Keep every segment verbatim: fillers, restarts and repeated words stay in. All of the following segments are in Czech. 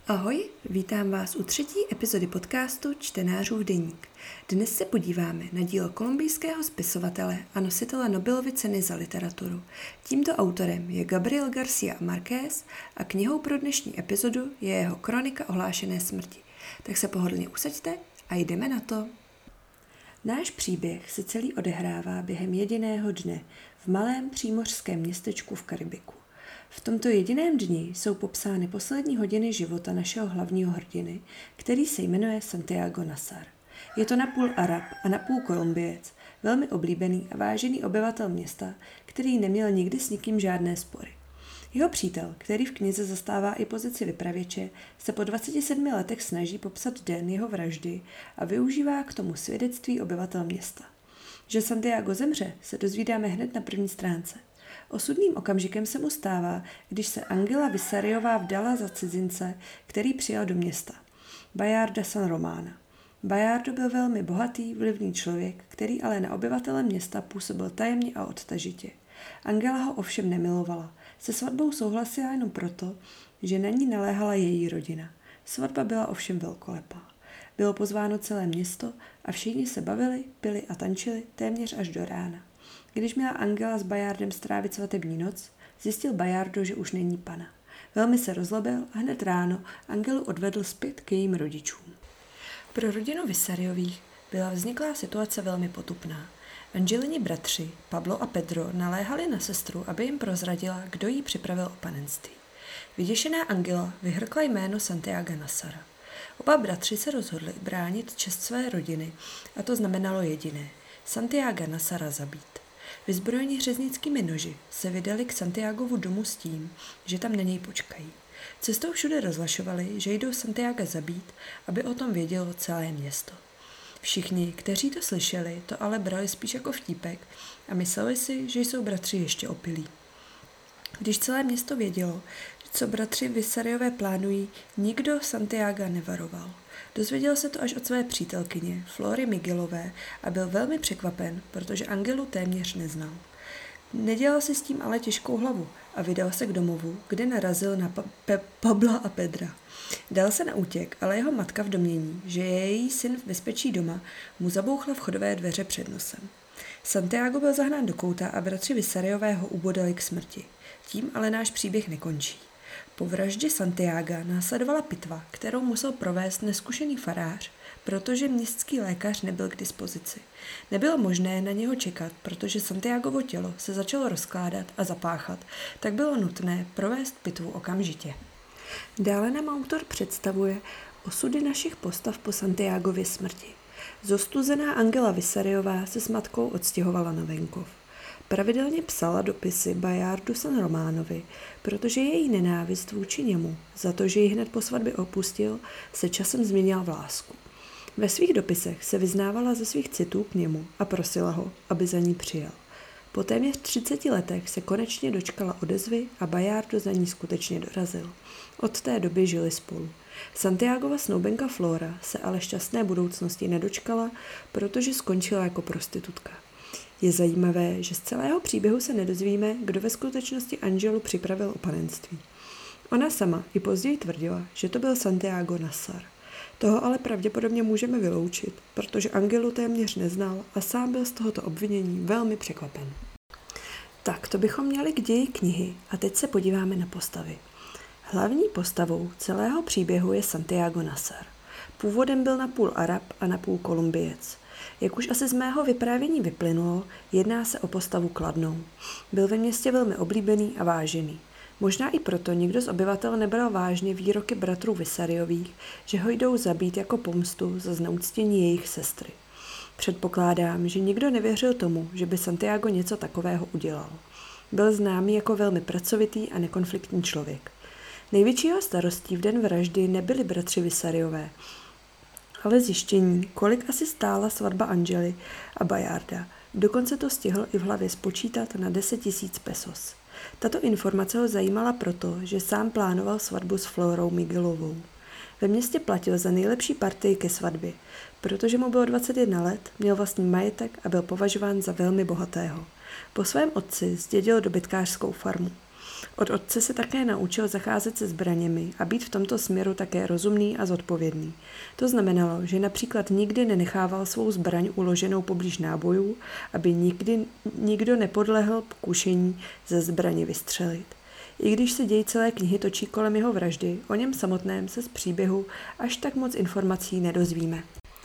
Ahoj, vítám vás u třetí epizody podcastu Čtenářův deník. Dnes se podíváme na dílo kolumbijského spisovatele a nositele Nobelovy ceny za literaturu. Tímto autorem je Gabriel García Márquez a knihou pro dnešní epizodu je jeho Kronika ohlášené smrti. Tak se pohodlně usaďte a jdeme na to. Náš příběh se celý odehrává během jediného dne v malém přímořském městečku v Karibiku. V tomto jediném dni jsou popsány poslední hodiny života našeho hlavního hrdiny, který se jmenuje Santiago Nassar. Je to napůl Arab a napůl Kolumbijec, velmi oblíbený a vážený obyvatel města, který neměl nikdy s nikým žádné spory. Jeho přítel, který v knize zastává i pozici vypravěče, se po dvaceti sedmi letech snaží popsat den jeho vraždy a využívá k tomu svědectví obyvatel města. Že Santiago zemře, se dozvídáme hned na první stránce. Osudným okamžikem se mu stává, když se Angela Vissariová vdala za cizince, který přijel do města, Bayarda San Romána. Bayardo byl velmi bohatý, vlivný člověk, který ale na obyvatele města působil tajemně a odtažitě. Angela ho ovšem nemilovala. Se svatbou souhlasila jenom proto, že na ní naléhala její rodina. Svatba byla ovšem velkolepá. Bylo pozváno celé město a všichni se bavili, pili a tančili téměř až do rána. Když měla Angela s Bayardem strávit svatební noc, zjistil Bayardo, že už není pana. Velmi se rozlobil a hned ráno Angelu odvedl zpět k jejím rodičům. Pro rodinu Vissariových byla vzniklá situace velmi potupná. Angelini bratři, Pablo a Pedro, naléhali na sestru, aby jim prozradila, kdo jí připravil o panenství. Vyděšená Angela vyhrkla jméno Santiaga Nassara. Oba bratři se rozhodli bránit čest své rodiny a to znamenalo jediné – Santiaga Nassara zabít. Vyzbrojeni řeznickými noži se vydali k Santiagovu domu s tím, že tam na něj počkají. Cestou všude rozhlašovali, že jdou Santiaga zabít, aby o tom vědělo celé město. Všichni, kteří to slyšeli, to ale brali spíš jako vtípek a mysleli si, že jsou bratři ještě opilí. Když celé město vědělo, co bratři Vissariové plánují, nikdo Santiaga nevaroval. Dozvěděl se to až od své přítelkyně, Flory Miguelové, a byl velmi překvapen, protože Angelu téměř neznal. Nedělal si s tím ale těžkou hlavu a vydal se k domovu, kde narazil na pa- Pe- Pabla a Pedra. Dal se na útěk, ale jeho matka v domnění, že je její syn v bezpečí doma, mu zabouchla vchodové dveře před nosem. Santiago byl zahnán do kouta a bratři Vissariové ho ubodali k smrti. Tím ale náš příběh nekončí. Po vraždě Santiaga následovala pitva, kterou musel provést neskušený farář, protože městský lékař nebyl k dispozici. Nebylo možné na něho čekat, protože Santiagovo tělo se začalo rozkládat a zapáchat, tak bylo nutné provést pitvu okamžitě. Dále nám autor představuje osudy našich postav po Santiagově smrti. Zostuzená Angela Vissariová se s matkou odstěhovala na venkov. Pravidelně psala dopisy Bayardu San Románovi, protože její nenávist vůči němu, za to, že ji hned po svatbě opustil, se časem změnila v lásku. Ve svých dopisech se vyznávala ze svých citů k němu a prosila ho, aby za ní přijel. Po téměř třiceti letech se konečně dočkala odezvy a Bayardo za ní skutečně dorazil. Od té doby žili spolu. Santiagova snoubenka Flora se ale šťastné budoucnosti nedočkala, protože skončila jako prostitutka. Je zajímavé, že z celého příběhu se nedozvíme, kdo ve skutečnosti Angelu připravil o panenství. Ona sama i později tvrdila, že to byl Santiago Nassar. Toho ale pravděpodobně můžeme vyloučit, protože Angelu téměř neznal a sám byl z tohoto obvinění velmi překvapen. Tak, to bychom měli k ději knihy a teď se podíváme na postavy. Hlavní postavou celého příběhu je Santiago Nassar. Původem byl napůl Arab a napůl Kolumbijec. Jak už asi z mého vyprávění vyplynulo, jedná se o postavu kladnou. Byl ve městě velmi oblíbený a vážený. Možná i proto nikdo z obyvatel nebral vážně výroky bratrů Vissariových, že ho jdou zabít jako pomstu za zneuctění jejich sestry. Předpokládám, že nikdo nevěřil tomu, že by Santiago něco takového udělal. Byl známý jako velmi pracovitý a nekonfliktní člověk. Největší jeho starostí v den vraždy nebyli bratři Vissariové, ale zjištění, kolik asi stála svatba Angely a Bayarda. Dokonce to stihl i v hlavě spočítat na deset tisíc pesos. Tato informace ho zajímala proto, že sám plánoval svatbu s Florou Miguelovou. Ve městě platil za nejlepší partii ke svatbě, protože mu bylo dvacet jedna let, měl vlastní majetek a byl považován za velmi bohatého. Po svém otci zdědil dobytkářskou farmu. Od otce se také naučil zacházet se zbraněmi a být v tomto směru také rozumný a zodpovědný. To znamenalo, že například nikdy nenechával svou zbraň uloženou poblíž nábojů, aby nikdy nikdo nepodlehl pokušení ze zbraně vystřelit. I když se děj celé knihy točí kolem jeho vraždy, o něm samotném se z příběhu až tak moc informací nedozvíme.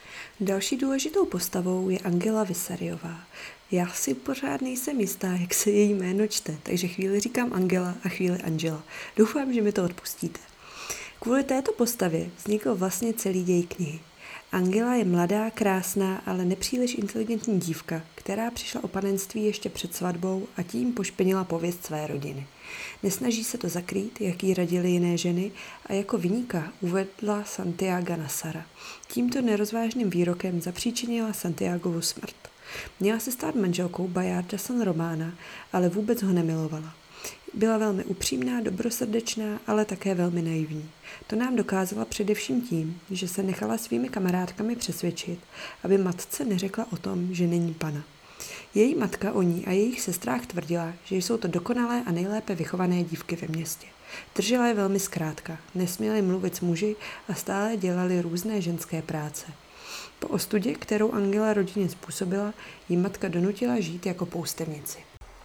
Další důležitou postavou je Angela Vissariová. Já si pořád nejsem jistá, jak se její jméno čte, takže chvíli říkám Angela a chvíli Angela. Doufám, že mi to odpustíte. Kvůli této postavě vznikl vlastně celý děj knihy. Angela je mladá, krásná, ale nepříliš inteligentní dívka, která přišla o panenství ještě před svatbou a tím pošpinila pověst své rodiny. Nesnaží se to zakrýt, jak jí radily jiné ženy, a jako viníka uvedla Santiaga Nassara. Tímto nerozvážným výrokem zapříčinila Santiagovu smrt. Měla se stát manželkou Bayarda San Romána, ale vůbec ho nemilovala. Byla velmi upřímná, dobrosrdečná, ale také velmi naivní. To nám dokázala především tím, že se nechala svými kamarádkami přesvědčit, aby matce neřekla o tom, že není pana. Její matka o ní a jejich sestrách tvrdila, že jsou to dokonalé a nejlépe vychované dívky ve městě. Držela je velmi zkrátka, nesměly mluvit s muži a stále dělali různé ženské práce. Po ostudě, kterou Angela rodině způsobila, jí matka donutila žít jako poustevnici.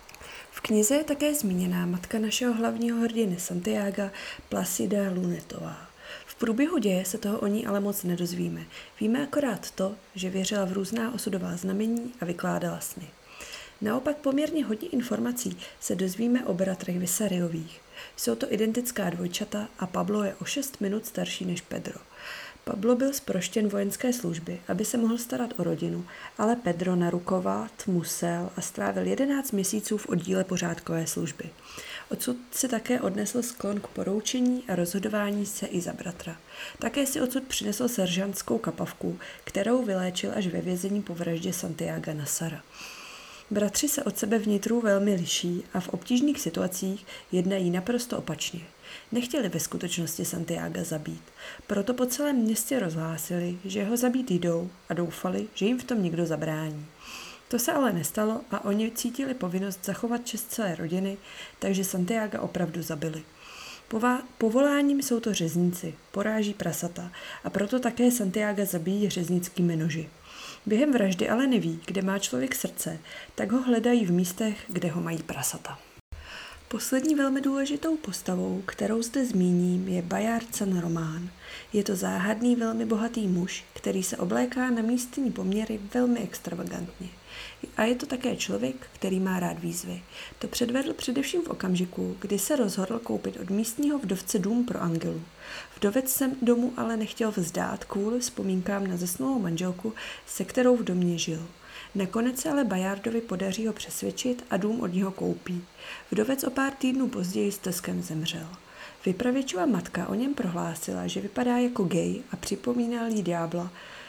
V knize je také zmíněná matka našeho hlavního hrdiny Santiaga, Placida Lunetová. V průběhu děje se toho o ní ale moc nedozvíme. Víme akorát to, že věřila v různá osudová znamení a vykládala sny. Naopak poměrně hodně informací se dozvíme o bratrech Vissariových. Jsou to identická dvojčata a Pablo je o šest minut starší než Pedro. Pablo byl zproštěn vojenské služby, aby se mohl starat o rodinu, ale Pedro narukovat musel a strávil jedenáct měsíců v oddíle pořádkové služby. Odsud si také odnesl sklon k poroučení a rozhodování se i za bratra. Také si odsud přinesl seržantskou kapavku, kterou vyléčil až ve vězení po vraždě Santiaga Nassara. Bratři se od sebe vnitru velmi liší a v obtížných situacích jednají naprosto opačně. Nechtěli ve skutečnosti Santiaga zabít, proto po celém městě rozhlásili, že ho zabít jdou a doufali, že jim v tom někdo zabrání. To se ale nestalo a oni cítili povinnost zachovat čest celé rodiny, takže Santiaga opravdu zabili. Pová- povoláním jsou to řezníci, poráží prasata a proto také Santiaga zabíjí řeznickými noži. Během vraždy ale neví, kde má člověk srdce, tak ho hledají v místech, kde ho mají prasata. Poslední velmi důležitou postavou, kterou zde zmíním, je Bayard San Román. Je to záhadný, velmi bohatý muž, který se obléká na místní poměry velmi extravagantně. A je to také člověk, který má rád výzvy. To předvedl především v okamžiku, kdy se rozhodl koupit od místního vdovce dům pro Angelu. Vdovec se domu ale nechtěl vzdát kvůli vzpomínkám na zesnulou manželku, se kterou v domě žil. Nakonec se ale Bayardovi podaří ho přesvědčit a dům od něho koupí. Vdovec o pár týdnů později s teskem zemřel. Vypravěčova matka o něm prohlásila, že vypadá jako gay a připomínal jí ďábla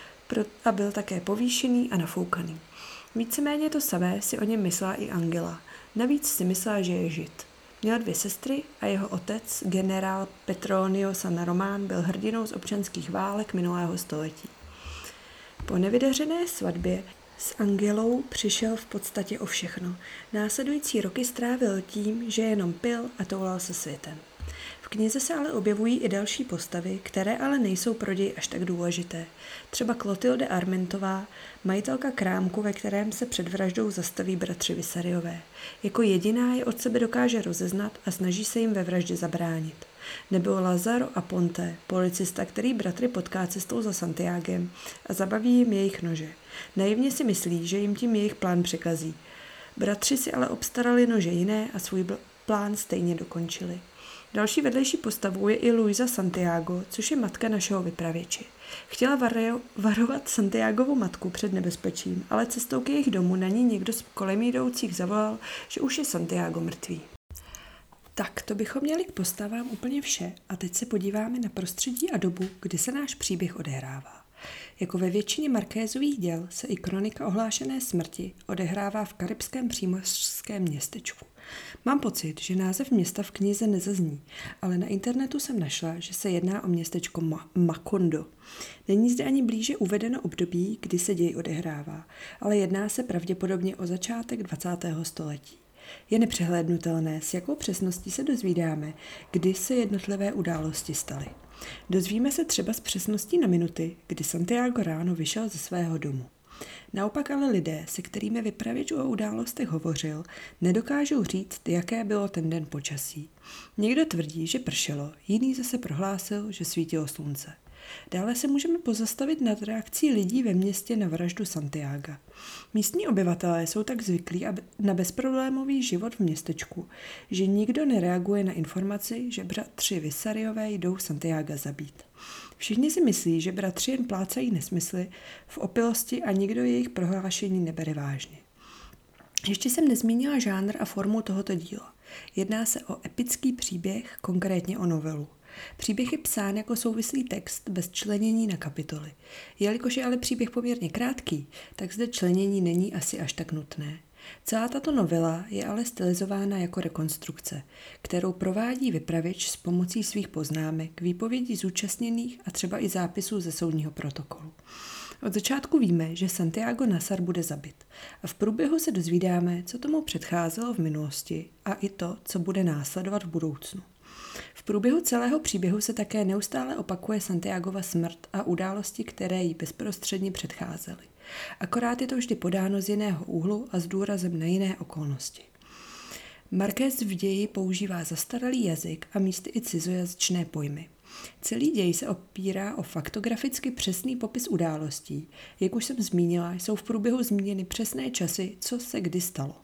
a byl také povýšený a nafoukaný. Víceméně to samé si o něm myslela i Angela. Navíc si myslela, že je žid. Měl dvě sestry a jeho otec, generál Petronio San Román, byl hrdinou z občanských válek minulého století. Po nevydařené svatbě s Angelou přišel v podstatě o všechno. Následující roky strávil tím, že jenom pil a toulal se světem. V knize se ale objevují i další postavy, které ale nejsou pro děj až tak důležité. Třeba Klotilde Armentová, majitelka krámku, ve kterém se před vraždou zastaví bratři Vissariové. Jako jediná je od sebe dokáže rozeznat a snaží se jim ve vraždě zabránit. Nebo Lazaro Aponte, policista, který bratry potká cestou za Santiagem a zabaví jim jejich nože. Naivně si myslí, že jim tím jejich plán překazí. Bratři si ale obstarali nože jiné a svůj plán stejně dokončili. Další vedlejší postavou je i Luisa Santiago, což je matka našeho vypravěče. Chtěla vario, varovat Santiagovu matku před nebezpečím, ale cestou k jejich domu na ní někdo z kolem jdoucích zavolal, že už je Santiago mrtvý. Tak, to bychom měli k postavám úplně vše a teď se podíváme na prostředí a dobu, kdy se náš příběh odehrává. Jako ve většině Markézových děl se i kronika ohlášené smrti odehrává v karibském přímořském městečku. Mám pocit, že název města v knize nezazní, ale na internetu jsem našla, že se jedná o městečko Ma- Macondo. Není zde ani blíže uvedeno období, kdy se děj odehrává, ale jedná se pravděpodobně o začátek dvacátého století. Je nepřehlédnutelné, s jakou přesností se dozvídáme, kdy se jednotlivé události staly. Dozvíme se třeba s přesností na minuty, kdy Santiago ráno vyšel ze svého domu. Naopak ale lidé, se kterými vypravěč o událostech hovořil, nedokážou říct, jaké bylo ten den počasí. Někdo tvrdí, že pršelo, jiný zase prohlásil, že svítilo slunce. Dále se můžeme pozastavit nad reakcí lidí ve městě na vraždu Santiaga. Místní obyvatelé jsou tak zvyklí na bezproblémový život v městečku, že nikdo nereaguje na informaci, že bratři Visariové jdou Santiaga zabít. Všichni si myslí, že bratři jen plácají nesmysly v opilosti a nikdo jejich prohlášení nebere vážně. Ještě jsem nezmínila žánr a formu tohoto díla. Jedná se o epický příběh, konkrétně o novelu. Příběh je psán jako souvislý text bez členění na kapitoly. Jelikož je ale příběh poměrně krátký, tak zde členění není asi až tak nutné. Celá tato novela je ale stylizována jako rekonstrukce, kterou provádí vypravěč s pomocí svých poznámek, výpovědí zúčastněných a třeba i zápisů ze soudního protokolu. Od začátku víme, že Santiago Nassar bude zabit a v průběhu se dozvídáme, co tomu předcházelo v minulosti a i to, co bude následovat v budoucnu. V průběhu celého příběhu se také neustále opakuje Santiagova smrt a události, které jí bezprostředně předcházely. Akorát je to vždy podáno z jiného úhlu a s důrazem na jiné okolnosti. Marquez v ději používá zastaralý jazyk a místy i cizojazyčné pojmy. Celý děj se opírá o faktograficky přesný popis událostí. Jak už jsem zmínila, jsou v průběhu zmíněny přesné časy, co se kdy stalo.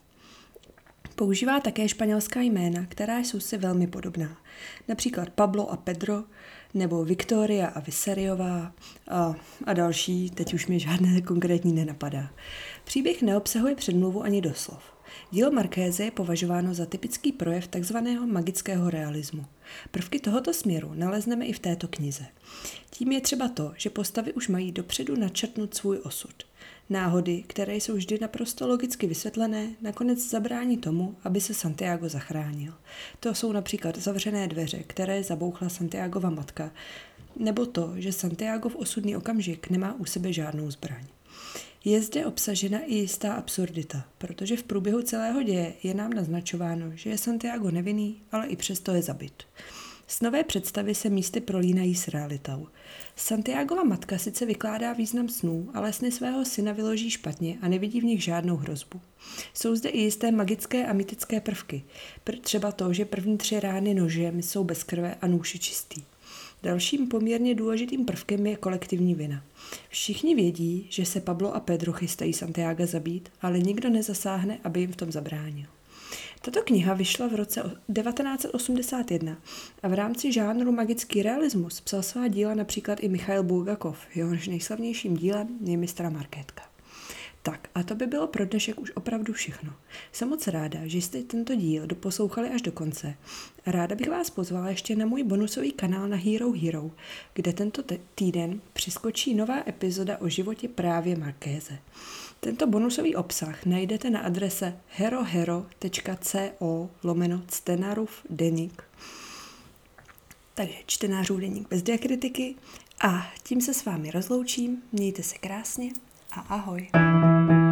Používá také španělská jména, která jsou si velmi podobná. Například Pablo a Pedro, nebo Victoria a Visariová a, a další, teď už mi žádné konkrétní nenapadá. Příběh neobsahuje předmluvu ani doslov. Dílo Markéze je považováno za typický projev takzvaného magického realismu. Prvky tohoto směru nalezneme i v této knize. Tím je třeba to, že postavy už mají dopředu načrtnut svůj osud. Náhody, které jsou vždy naprosto logicky vysvětlené, nakonec zabrání tomu, aby se Santiago zachránil. To jsou například zavřené dveře, které zabouchla Santiagova matka, nebo to, že Santiago v osudný okamžik nemá u sebe žádnou zbraň. Je zde obsažena i jistá absurdita, protože v průběhu celého děje je nám naznačováno, že je Santiago nevinný, ale i přesto je zabit. Snové představy se místy prolínají s realitou. Santiagova matka sice vykládá význam snů, ale sny svého syna vyloží špatně a nevidí v nich žádnou hrozbu. Jsou zde i jisté magické a mytické prvky, třeba to, že první tři rány nožem jsou bez krve a nůž je čistý. Dalším poměrně důležitým prvkem je kolektivní vina. Všichni vědí, že se Pablo a Pedro chystají Santiaga zabít, ale nikdo nezasáhne, aby jim v tom zabránil. Tato kniha vyšla v roce devatenáct set osmdesát jedna a v rámci žánru magický realismus psal svá díla například i Michail Bulgakov, jehož nejslavnějším dílem je Mistra Markétka. Tak a to by bylo pro dnešek už opravdu všechno. Jsem moc ráda, že jste tento díl doposlouchali až do konce. Ráda bych vás pozvala ještě na můj bonusový kanál na Hero Hero, kde tento týden přiskočí nová epizoda o životě právě Markéze. Tento bonusový obsah najdete na adrese herohero.co lomeno Čtenářův deník. Takže Čtenářův deník bez diakritiky a tím se s vámi rozloučím. Mějte se krásně a ahoj.